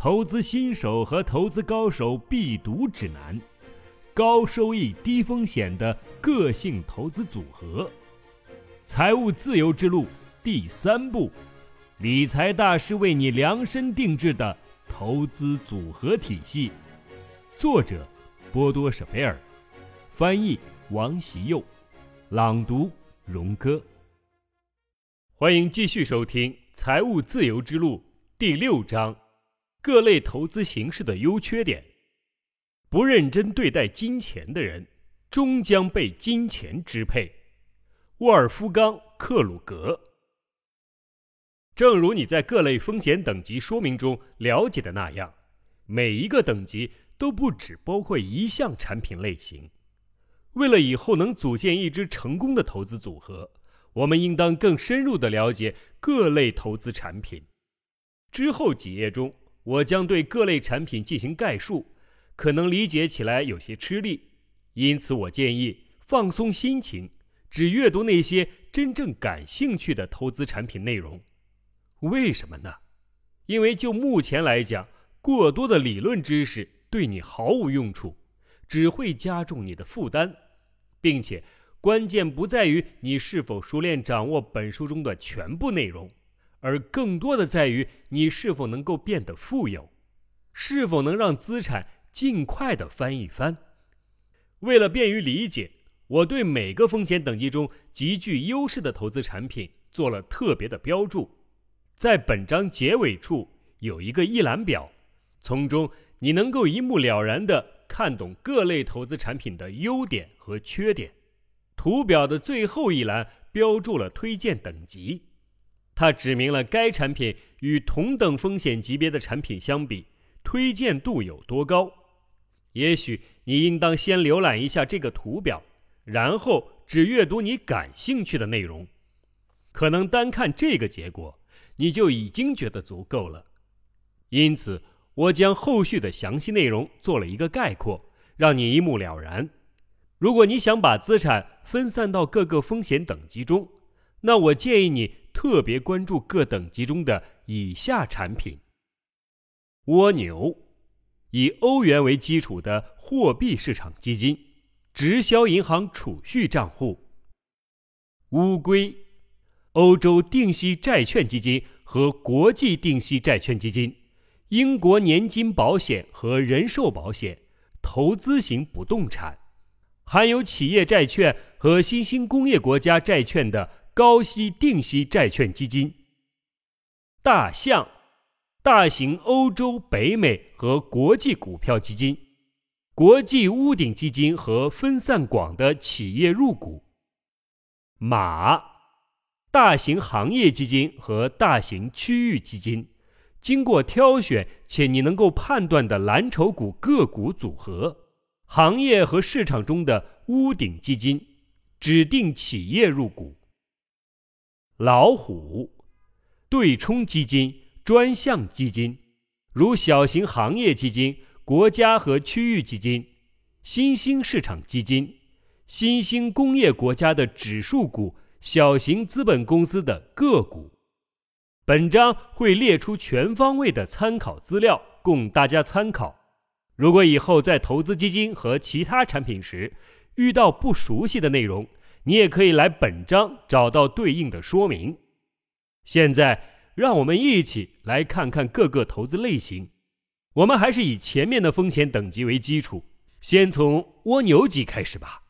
投资新手和投资高手必读指南，高收益低风险的个性投资组合，财务自由之路第3步，理财大师为你量身定制的投资组合体系。作者波多舍贝尔，翻译王习佑，朗读荣哥。欢迎继续收听财务自由之路第6章，各类投资形式的优缺点。不认真对待金钱的人，终将被金钱支配。沃尔夫冈·克鲁格。正如你在各类风险等级说明中了解的那样，每一个等级都不只包括一项产品类型。为了以后能组建一支成功的投资组合，我们应当更深入地了解各类投资产品。之后几页中，我将对各类产品进行概述，可能理解起来有些吃力，因此我建议放松心情，只阅读那些真正感兴趣的投资产品内容。为什么呢？因为就目前来讲，过多的理论知识对你毫无用处，只会加重你的负担，并且关键不在于你是否熟练掌握本书中的全部内容，而更多的在于你是否能够变得富有，是否能让资产尽快地翻一番。为了便于理解，我对每个风险等级中极具优势的投资产品做了特别的标注。在本章结尾处有一个一览表，从中你能够一目了然地看懂各类投资产品的优点和缺点。图表的最后一栏标注了推荐等级，它指明了该产品与同等风险级别的产品相比，推荐度有多高。也许你应当先浏览一下这个图表，然后只阅读你感兴趣的内容。可能单看这个结果，你就已经觉得足够了。因此，我将后续的详细内容做了一个概括，让你一目了然。如果你想把资产分散到各个风险等级中，那我建议你特别关注各等级中的以下产品：蜗牛，以欧元为基础的货币市场基金，直销银行储蓄账户；乌龟，欧洲定息债券基金和国际定息债券基金，英国年金保险和人寿保险，投资型不动产，含有企业债券和新兴工业国家债券的高息定息债券基金；大象，大型欧洲、北美和国际股票基金，国际屋顶基金和分散广的企业入股；马，大型行业基金和大型区域基金，经过挑选且你能够判断的蓝筹股个股组合，行业和市场中的屋顶基金，指定企业入股；老虎，对冲基金、专项基金，如小型行业基金、国家和区域基金、新兴市场基金、新兴工业国家的指数股、小型资本公司的个股。本章会列出全方位的参考资料供大家参考。如果以后在投资基金和其他产品时遇到不熟悉的内容，你也可以来本章找到对应的说明。现在让我们一起来看看各个投资类型。我们还是以前面的风险等级为基础，先从蜗牛级开始吧。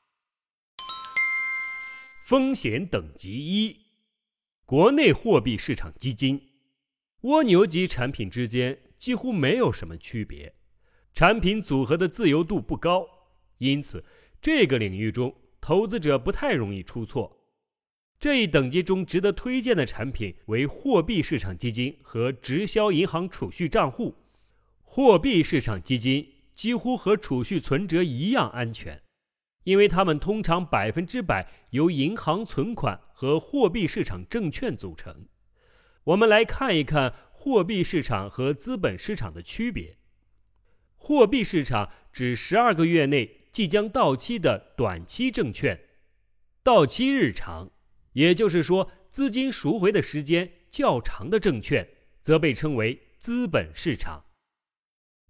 风险等级1，国内货币市场基金。蜗牛级产品之间几乎没有什么区别，产品组合的自由度不高，因此这个领域中投资者不太容易出错。这一等级中值得推荐的产品为货币市场基金和直销银行储蓄账户。货币市场基金几乎和储蓄存折一样安全，因为它们通常100%由银行存款和货币市场证券组成。我们来看一看货币市场和资本市场的区别。货币市场指12个月内即将到期的短期证券，到期日长，也就是说资金赎回的时间较长的证券，则被称为资本市场。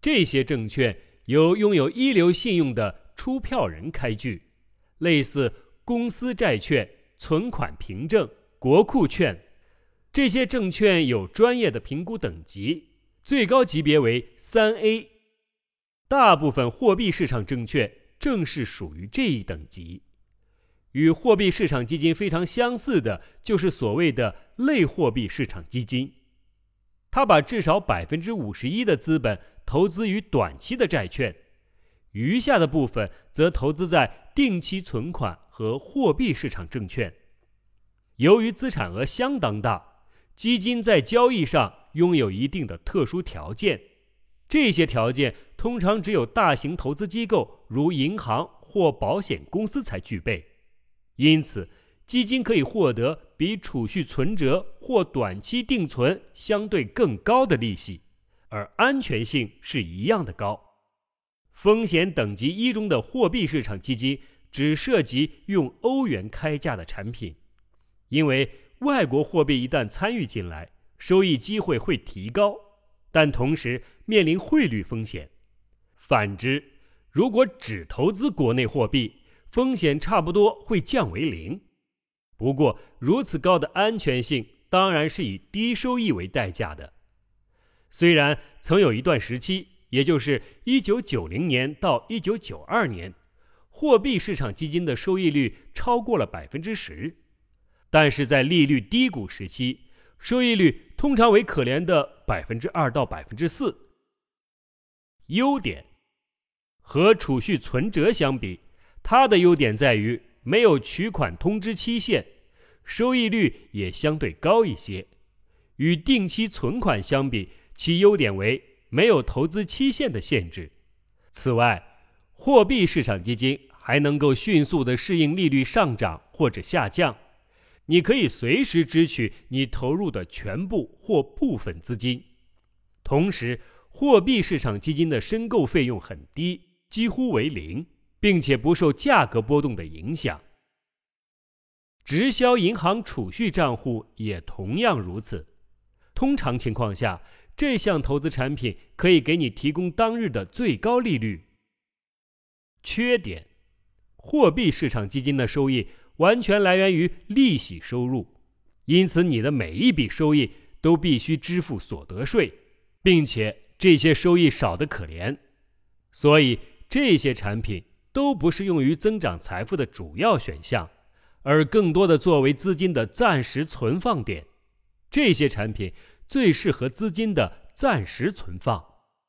这些证券由拥有一流信用的出票人开具，类似公司债券、存款凭证、国库券。这些证券有专业的评估等级，最高级别为 3A。 大部分货币市场证券正是属于这一等级。与货币市场基金非常相似的就是所谓的类货币市场基金，它把至少 51% 的资本投资于短期的债券，余下的部分则投资在定期存款和货币市场证券。由于资产额相当大，基金在交易上拥有一定的特殊条件，这些条件通常只有大型投资机构如银行或保险公司才具备。因此，基金可以获得比储蓄存折或短期定存相对更高的利息，而安全性是一样的高。风险等级1中的货币市场基金只涉及用欧元开价的产品，因为外国货币一旦参与进来，收益机会会提高，但同时面临汇率风险。反之，如果只投资国内货币，风险差不多会降为0。不过，如此高的安全性当然是以低收益为代价的。虽然曾有一段时期，也就是1990年到1992年，货币市场基金的收益率超过了 10%， 但是在利率低谷时期，收益率通常为可怜的 2% 到 4%。 优点：和储蓄存折相比，它的优点在于没有取款通知期限，收益率也相对高一些。与定期存款相比，其优点为没有投资期限的限制。此外，货币市场基金还能够迅速地适应利率上涨或者下降，你可以随时支取你投入的全部或部分资金。同时，货币市场基金的申购费用很低，几乎为0，并且不受价格波动的影响。直销银行储蓄账户也同样如此。通常情况下，这项投资产品可以给你提供当日的最高利率。缺点：货币市场基金的收益完全来源于利息收入，因此你的每一笔收益都必须支付所得税，并且这些收益少得可怜。所以这些产品都不是用于增长财富的主要选项，而更多的作为资金的暂时存放点。这些产品最适合资金的暂时存放。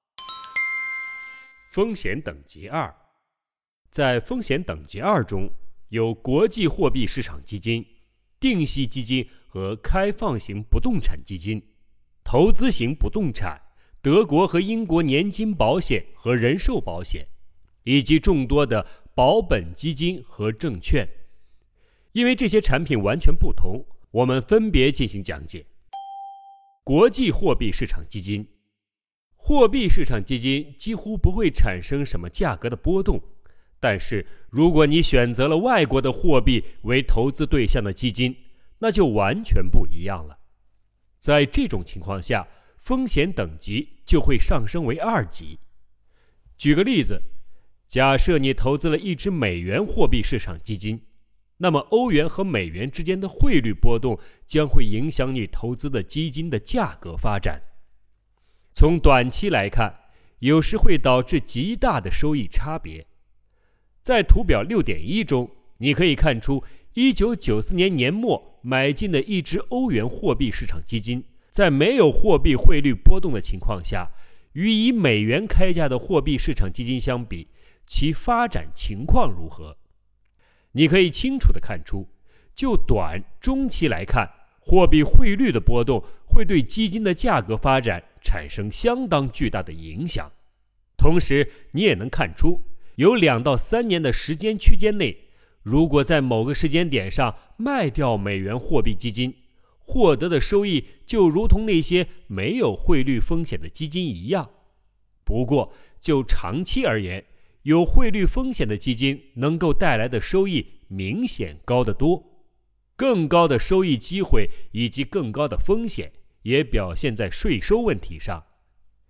风险等级2。在风险等级2中，有国际货币市场基金、定息基金和开放型不动产基金、投资型不动产、德国和英国年金保险和人寿保险，以及众多的保本基金和证券。因为这些产品完全不同，我们分别进行讲解。国际货币市场基金。货币市场基金几乎不会产生什么价格的波动，但是如果你选择了外国的货币为投资对象的基金，那就完全不一样了。在这种情况下，风险等级就会上升为2级。举个例子，假设你投资了一只美元货币市场基金，那么欧元和美元之间的汇率波动将会影响你投资的基金的价格发展。从短期来看，有时会导致极大的收益差别。在图表 6.1 中，你可以看出1994年年末买进的一只欧元货币市场基金，在没有货币汇率波动的情况下，与以美元开价的货币市场基金相比，其发展情况如何？你可以清楚地看出，就短、中期来看，货币汇率的波动会对基金的价格发展产生相当巨大的影响。同时，你也能看出，有2到3年的时间区间内，如果在某个时间点上卖掉美元货币基金，获得的收益就如同那些没有汇率风险的基金一样。不过，就长期而言，有汇率风险的基金能够带来的收益明显高得多。更高的收益机会以及更高的风险也表现在税收问题上。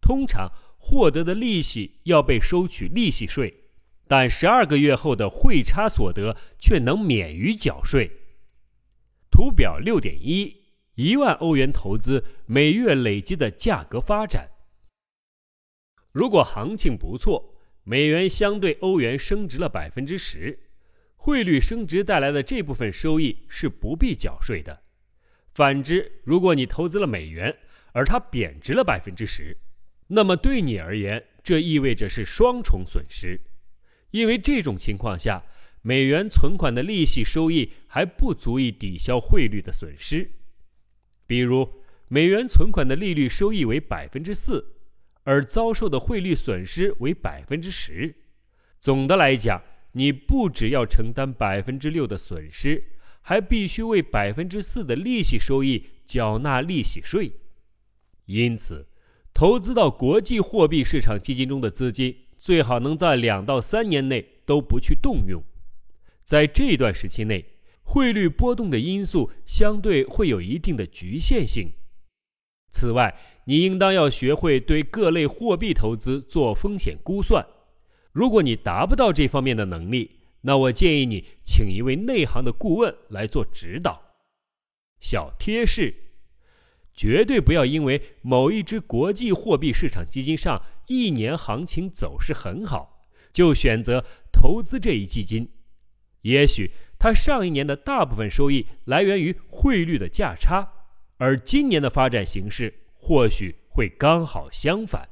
通常获得的利息要被收取利息税，但12个月后的汇差所得却能免于缴税。图表 6.1 1万欧元投资每月累积的价格发展。如果行情不错，美元相对欧元升值了 10%， 汇率升值带来的这部分收益是不必缴税的。反之，如果你投资了美元，而它贬值了 10%， 那么对你而言，这意味着是双重损失。因为这种情况下，美元存款的利息收益还不足以抵消汇率的损失。比如，美元存款的利率收益为 4%， 而遭受的汇率损失为 10%。 总的来讲，你不只要承担 6% 的损失，还必须为 4% 的利息收益缴纳利息税。因此，投资到国际货币市场基金中的资金最好能在2到3年内都不去动用。在这段时期内，汇率波动的因素相对会有一定的局限性。此外，你应当要学会对各类货币投资做风险估算。如果你达不到这方面的能力，那我建议你请一位内行的顾问来做指导。小贴士：绝对不要因为某一只国际货币市场基金上1年行情走势很好，就选择投资这一基金。也许它上一年的大部分收益来源于汇率的价差，而今年的发展形势或许会刚好相反。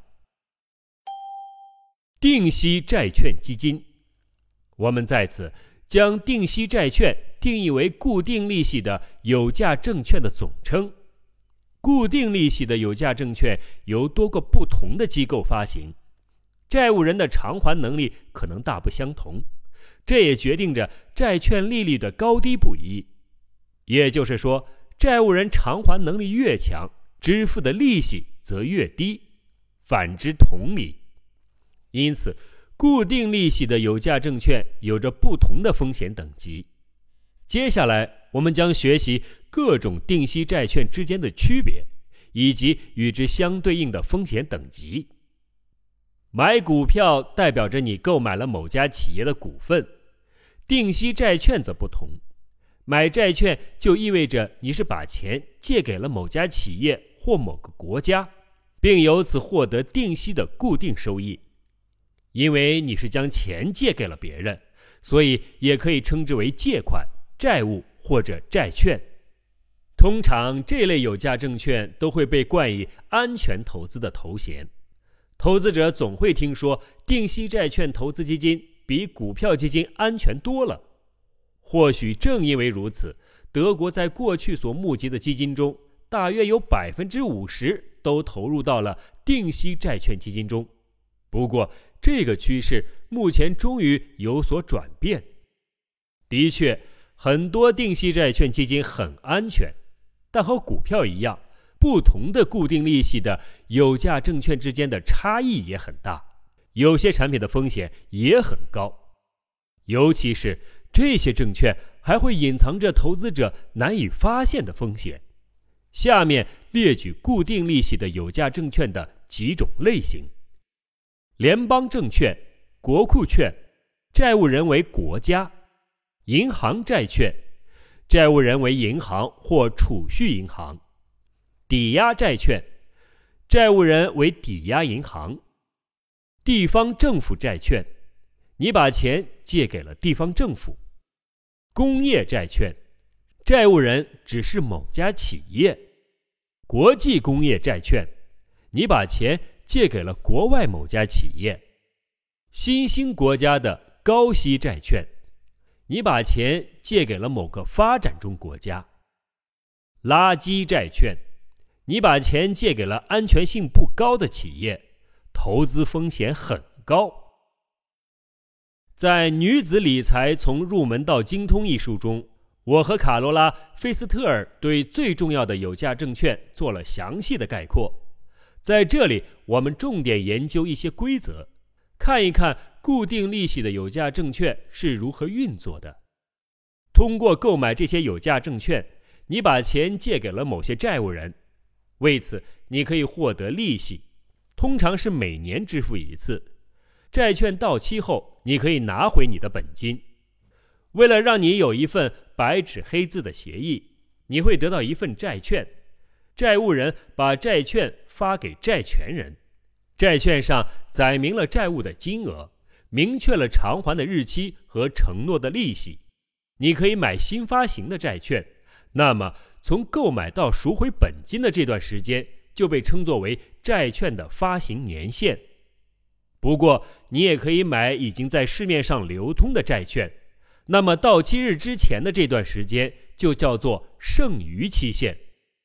定息债券基金，我们在此将定息债券定义为固定利息的有价证券的总称。固定利息的有价证券由多个不同的机构发行，债务人的偿还能力可能大不相同，这也决定着债券利率的高低不一。也就是说，债务人偿还能力越强，支付的利息则越低，反之同理。因此，固定利息的有价证券有着不同的风险等级。接下来，我们将学习各种定息债券之间的区别，以及与之相对应的风险等级。买股票代表着你购买了某家企业的股份，定息债券则不同。买债券就意味着你是把钱借给了某家企业或某个国家，并由此获得定息的固定收益。因为你是将钱借给了别人，所以也可以称之为借款、债务或者债券。通常这类有价证券都会被冠以安全投资的头衔。投资者总会听说定息债券投资基金比股票基金安全多了。或许正因为如此，德国在过去所募集的基金中，大约有 50% 都投入到了定息债券基金中。不过，这个趋势目前终于有所转变。的确，很多定息债券基金很安全，但和股票一样，不同的固定利息的有价证券之间的差异也很大，有些产品的风险也很高。尤其是这些证券还会隐藏着投资者难以发现的风险。下面列举固定利息的有价证券的几种类型：联邦证券、国库券，债务人为国家；银行债券，债务人为银行或储蓄银行；抵押债券，债务人为抵押银行；地方政府债券，你把钱借给了地方政府；工业债券，债务人只是某家企业；国际工业债券，你把钱借给了国外某家企业；新兴国家的高息债券，你把钱借给了某个发展中国家；垃圾债券，你把钱借给了安全性不高的企业，投资风险很高。在《女子理财从入门到精通》一书中，我和卡罗拉·菲斯特尔对最重要的有价证券做了详细的概括。在这里，我们重点研究一些规则，看一看固定利息的有价证券是如何运作的。通过购买这些有价证券，你把钱借给了某些债务人，为此你可以获得利息。 通常是每年支付一次。债券到期后，你可以拿回你的本金。为了让你有一份白纸黑字的协议，你会得到一份债券，债务人把债券发给债权人，债券上载明了债务的金额，明确了偿还的日期和承诺的利息。你可以买新发行的债券，那么从购买到赎回本金的这段时间就被称作为债券的发行年限。不过你也可以买已经在市面上流通的债券，那么到期日之前的这段时间就叫做剩余期限。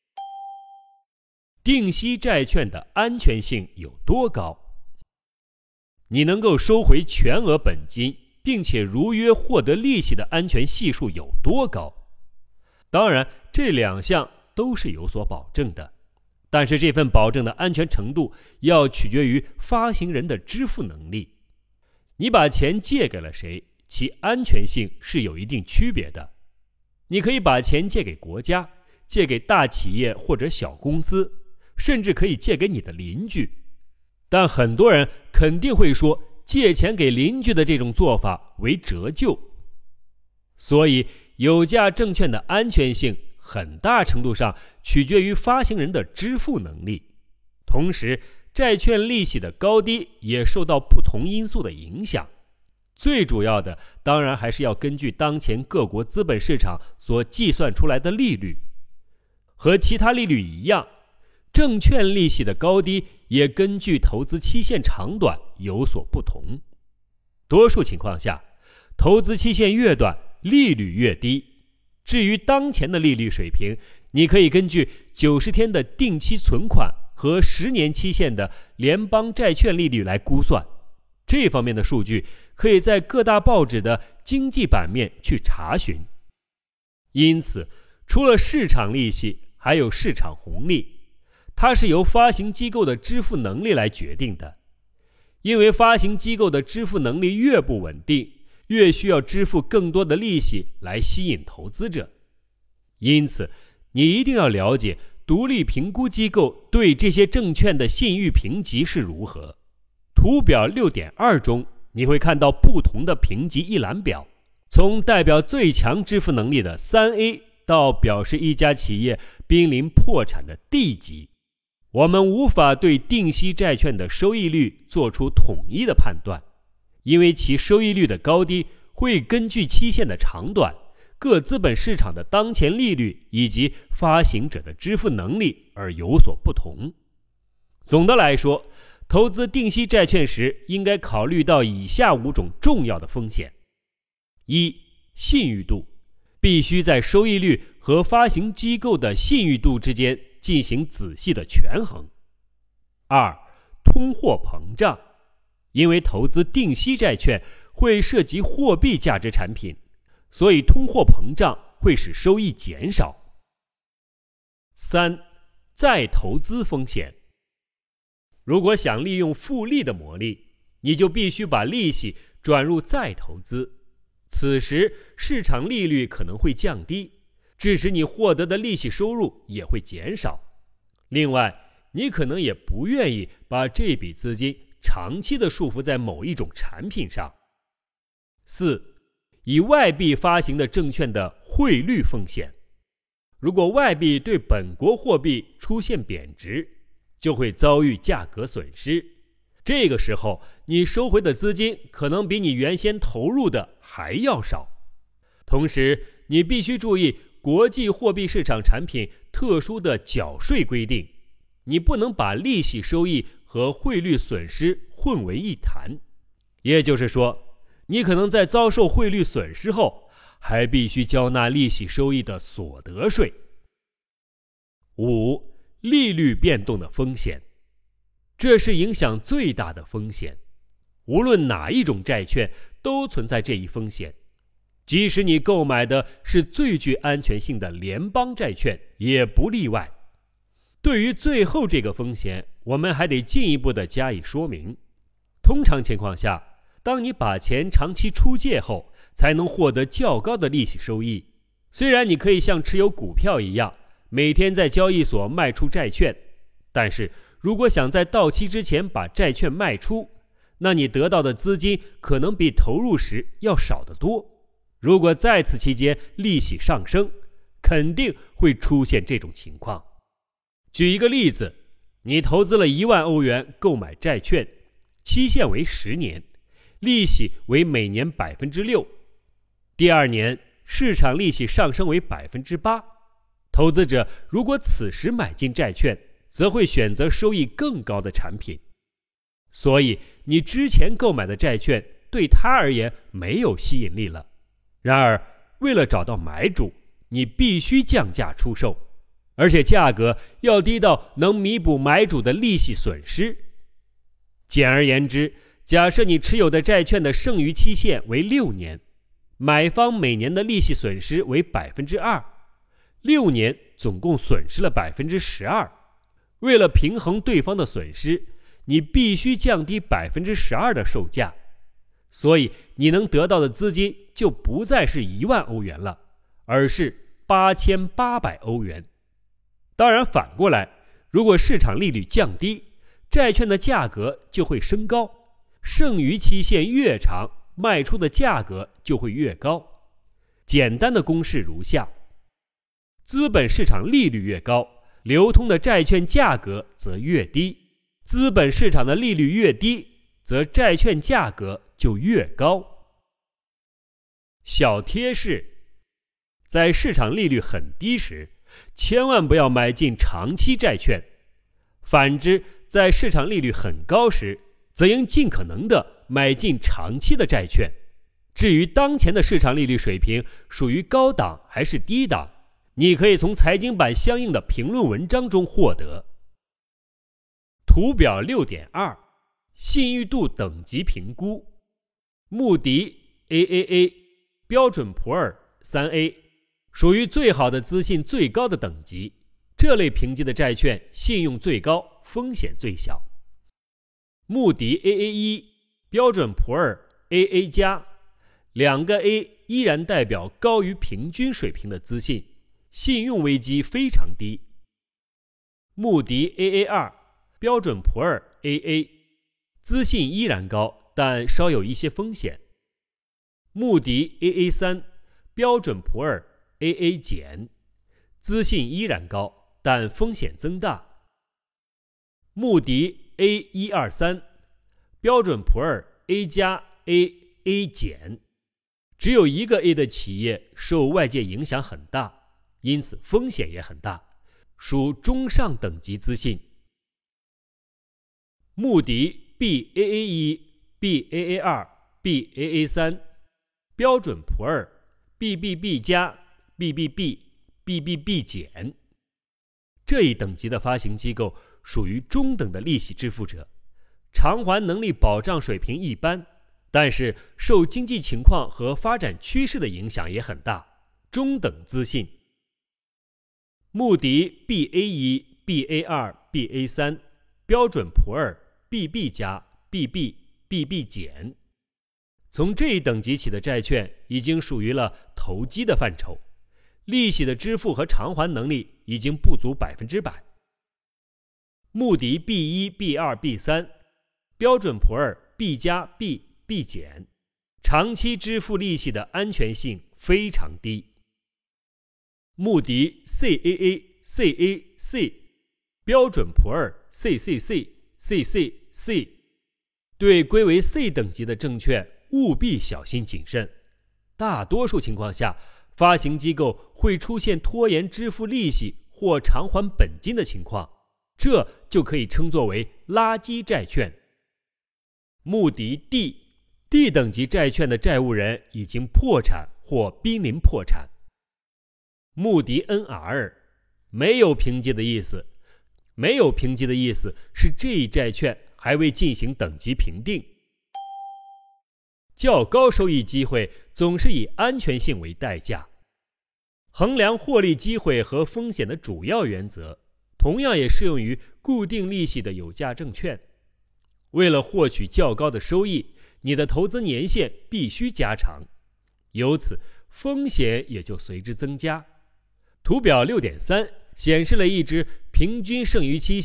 定息债券的安全性有多高？你能够收回全额本金并且如约获得利息的安全系数有多高？当然，这两项都是有所保证的，但是这份保证的安全程度要取决于发行人的支付能力。你把钱借给了谁，其安全性是有一定区别的。你可以把钱借给国家，借给大企业或者小公司，甚至可以借给你的邻居。但很多人肯定会说，借钱给邻居的这种做法为折旧。所以有价证券的安全性很大程度上取决于发行人的支付能力，同时债券利息的高低也受到不同因素的影响。最主要的当然还是要根据当前各国资本市场所计算出来的利率。和其他利率一样，证券利息的高低也根据投资期限长短有所不同。多数情况下，投资期限越短，利率越低。至于当前的利率水平，你可以根据90天的定期存款和10年期限的联邦债券利率来估算。这方面的数据可以在各大报纸的经济版面去查询。因此，除了市场利息，还有市场红利，它是由发行机构的支付能力来决定的。因为发行机构的支付能力越不稳定，越需要支付更多的利息来吸引投资者。因此，你一定要了解独立评估机构对这些证券的信誉评级是如何。图表 6.2 中，你会看到不同的评级一览表，从代表最强支付能力的 3A 到表示一家企业濒临破产的 D 级。我们无法对定息债券的收益率做出统一的判断，因为其收益率的高低会根据期限的长短、各资本市场的当前利率以及发行者的支付能力而有所不同。总的来说，投资定息债券时应该考虑到以下5种重要的风险。1. 信誉度，必须在收益率和发行机构的信誉度之间进行仔细的权衡。2. 通货膨胀，因为投资定息债券会涉及货币价值产品，所以通货膨胀会使收益减少。3. 再投资风险，如果想利用复利的魔力，你就必须把利息转入再投资，此时市场利率可能会降低，致使你获得的利息收入也会减少。另外，你可能也不愿意把这笔资金长期的束缚在某一种产品上。4. 以外币发行的证券的汇率风险，如果外币对本国货币出现贬值，就会遭遇价格损失，这个时候你收回的资金可能比你原先投入的还要少。同时，你必须注意国际货币市场产品特殊的缴税规定，你不能把利息收益和汇率损失混为一谈。也就是说，你可能在遭受汇率损失后，还必须交纳利息收益的所得税。5. 利率变动的风险，这是影响最大的风险。无论哪一种债券都存在这一风险，即使你购买的是最具安全性的联邦债券，也不例外。对于最后这个风险，我们还得进一步的加以说明。通常情况下，当你把钱长期出借后，才能获得较高的利息收益。虽然你可以像持有股票一样，每天在交易所卖出债券，但是如果想在到期之前把债券卖出，那你得到的资金可能比投入时要少得多。如果在此期间利息上升，肯定会出现这种情况。举一个例子，你投资了1万欧元购买债券，期限为10年，利息为每年 6%。第2年，市场利息上升为 8%。投资者如果此时买进债券，则会选择收益更高的产品。所以你之前购买的债券对他而言没有吸引力了。然而，为了找到买主，你必须降价出售，而且价格要低到能弥补买主的利息损失。简而言之，假设你持有的债券的剩余期限为6年，买方每年的利息损失为 2%，6年总共损失了 12%。为了平衡对方的损失，你必须降低 12% 的售价，所以你能得到的资金就不再是1万欧元了，而是8800欧元。当然反过来，如果市场利率降低，债券的价格就会升高，剩余期限越长，卖出的价格就会越高。简单的公式如下：资本市场利率越高，流通的债券价格则越低；资本市场的利率越低，则债券价格就越高。小贴士：在市场利率很低时，千万不要买进长期债券；反之，在市场利率很高时，则应尽可能的买进长期的债券。至于当前的市场利率水平属于高档还是低档，你可以从财经版相应的评论文章中获得。图表 6.2 信誉度等级评估。穆迪 AAA 标准普尔 3A 属于最好的资信最高的等级，这类评级的债券信用最高，风险最小。穆迪 AAE 标准普尔 AA 加，2个 A 依然代表高于平均水平的资信，信用危机非常低。穆迪 AA2 标准普尔 AA 资信依然高，但稍有一些风险。穆迪 AA3 标准普尔 AA 减，资信依然高，但风险增大。穆迪 A123 标准普尔 A 加 AA 减，只有一个 A 的企业受外界影响很大，因此风险也很大，属中上等级资信。穆迪 BAA1、BAA2、BAA3 标准普尔 BBB 加、BBB、BBB 减，这一等级的发行机构属于中等的利息支付者，偿还能力保障水平一般，但是受经济情况和发展趋势的影响也很大，中等资信。穆迪 BA1、BA2、BA3 标准普尔 BB 加、BB、BB 减，从这一等级起的债券已经属于了投机的范畴，利息的支付和偿还能力已经不足100%。穆迪 B1、B2、B3 标准普尔 B 加、B 减，长期支付利息的安全性非常低。穆迪 CAA、CAC 标准普尔 CCC、CCC， 对归为 C 等级的证券务必小心谨慎。大多数情况下，发行机构会出现拖延支付利息或偿还本金的情况，这就可以称作为垃圾债券。穆迪 D 等级债券的债务人已经破产或濒临破产。穆迪 NR 没有评级的意思，没有评级的意思是这一债券还未进行等级评定。较高收益机会总是以安全性为代价。衡量获利机会和风险的主要原则，同样也适用于固定利息的有价证券。为了获取较高的收益，你的投资年限必须加长，由此风险也就随之增加。图表 6.3 显示了一只平均剩余期限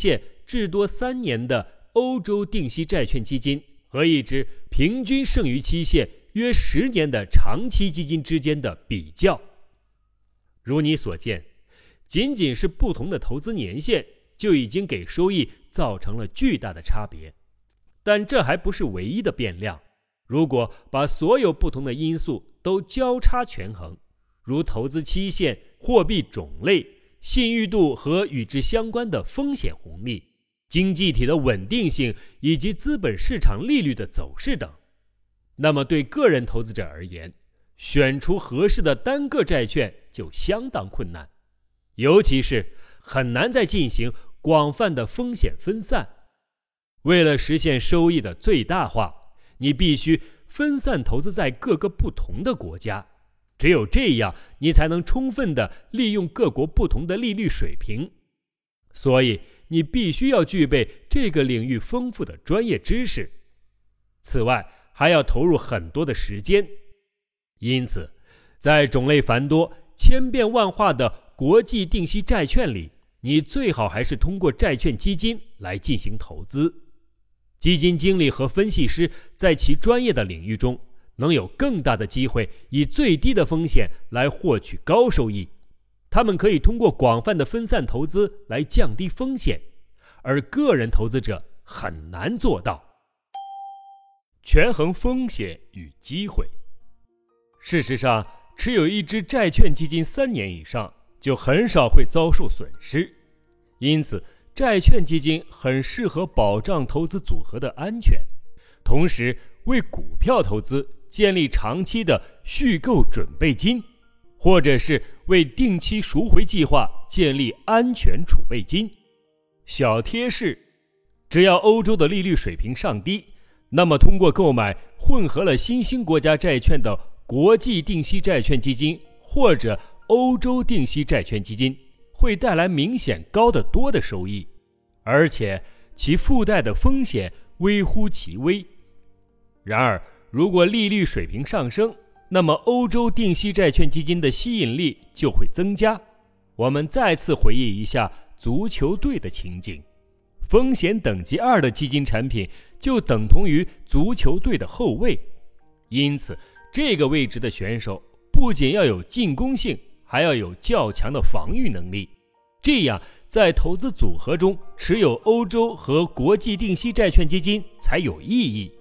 至多3年的欧洲定息债券基金和一只平均剩余期限约10年的长期基金之间的比较。如你所见，仅仅是不同的投资年限就已经给收益造成了巨大的差别。但这还不是唯一的变量，如果把所有不同的因素都交叉权衡，如投资期限、货币种类、信誉度和与之相关的风险红利、经济体的稳定性以及资本市场利率的走势等，那么对个人投资者而言，选出合适的单个债券就相当困难，尤其是很难再进行广泛的风险分散。为了实现收益的最大化，你必须分散投资在各个不同的国家，只有这样，你才能充分地利用各国不同的利率水平。所以，你必须要具备这个领域丰富的专业知识。此外，还要投入很多的时间。因此，在种类繁多、千变万化的国际定息债券里，你最好还是通过债券基金来进行投资。基金经理和分析师在其专业的领域中能有更大的机会以最低的风险来获取高收益，他们可以通过广泛的分散投资来降低风险，而个人投资者很难做到。 权衡风险与机会。事实上，持有一只债券基金3年以上就很少会遭受损失，因此债券基金很适合保障投资组合的安全，同时为股票投资建立长期的续购准备金，或者是为定期赎回计划建立安全储备金。小贴士：只要欧洲的利率水平上低，那么通过购买混合了新兴国家债券的国际定息债券基金或者欧洲定息债券基金会带来明显高得多的收益，而且其附带的风险微乎其微。然而，如果利率水平上升，那么欧洲定息债券基金的吸引力就会增加。我们再次回忆一下足球队的情景，风险等级2的基金产品就等同于足球队的后卫，因此这个位置的选手不仅要有进攻性，还要有较强的防御能力，这样在投资组合中持有欧洲和国际定息债券基金才有意义。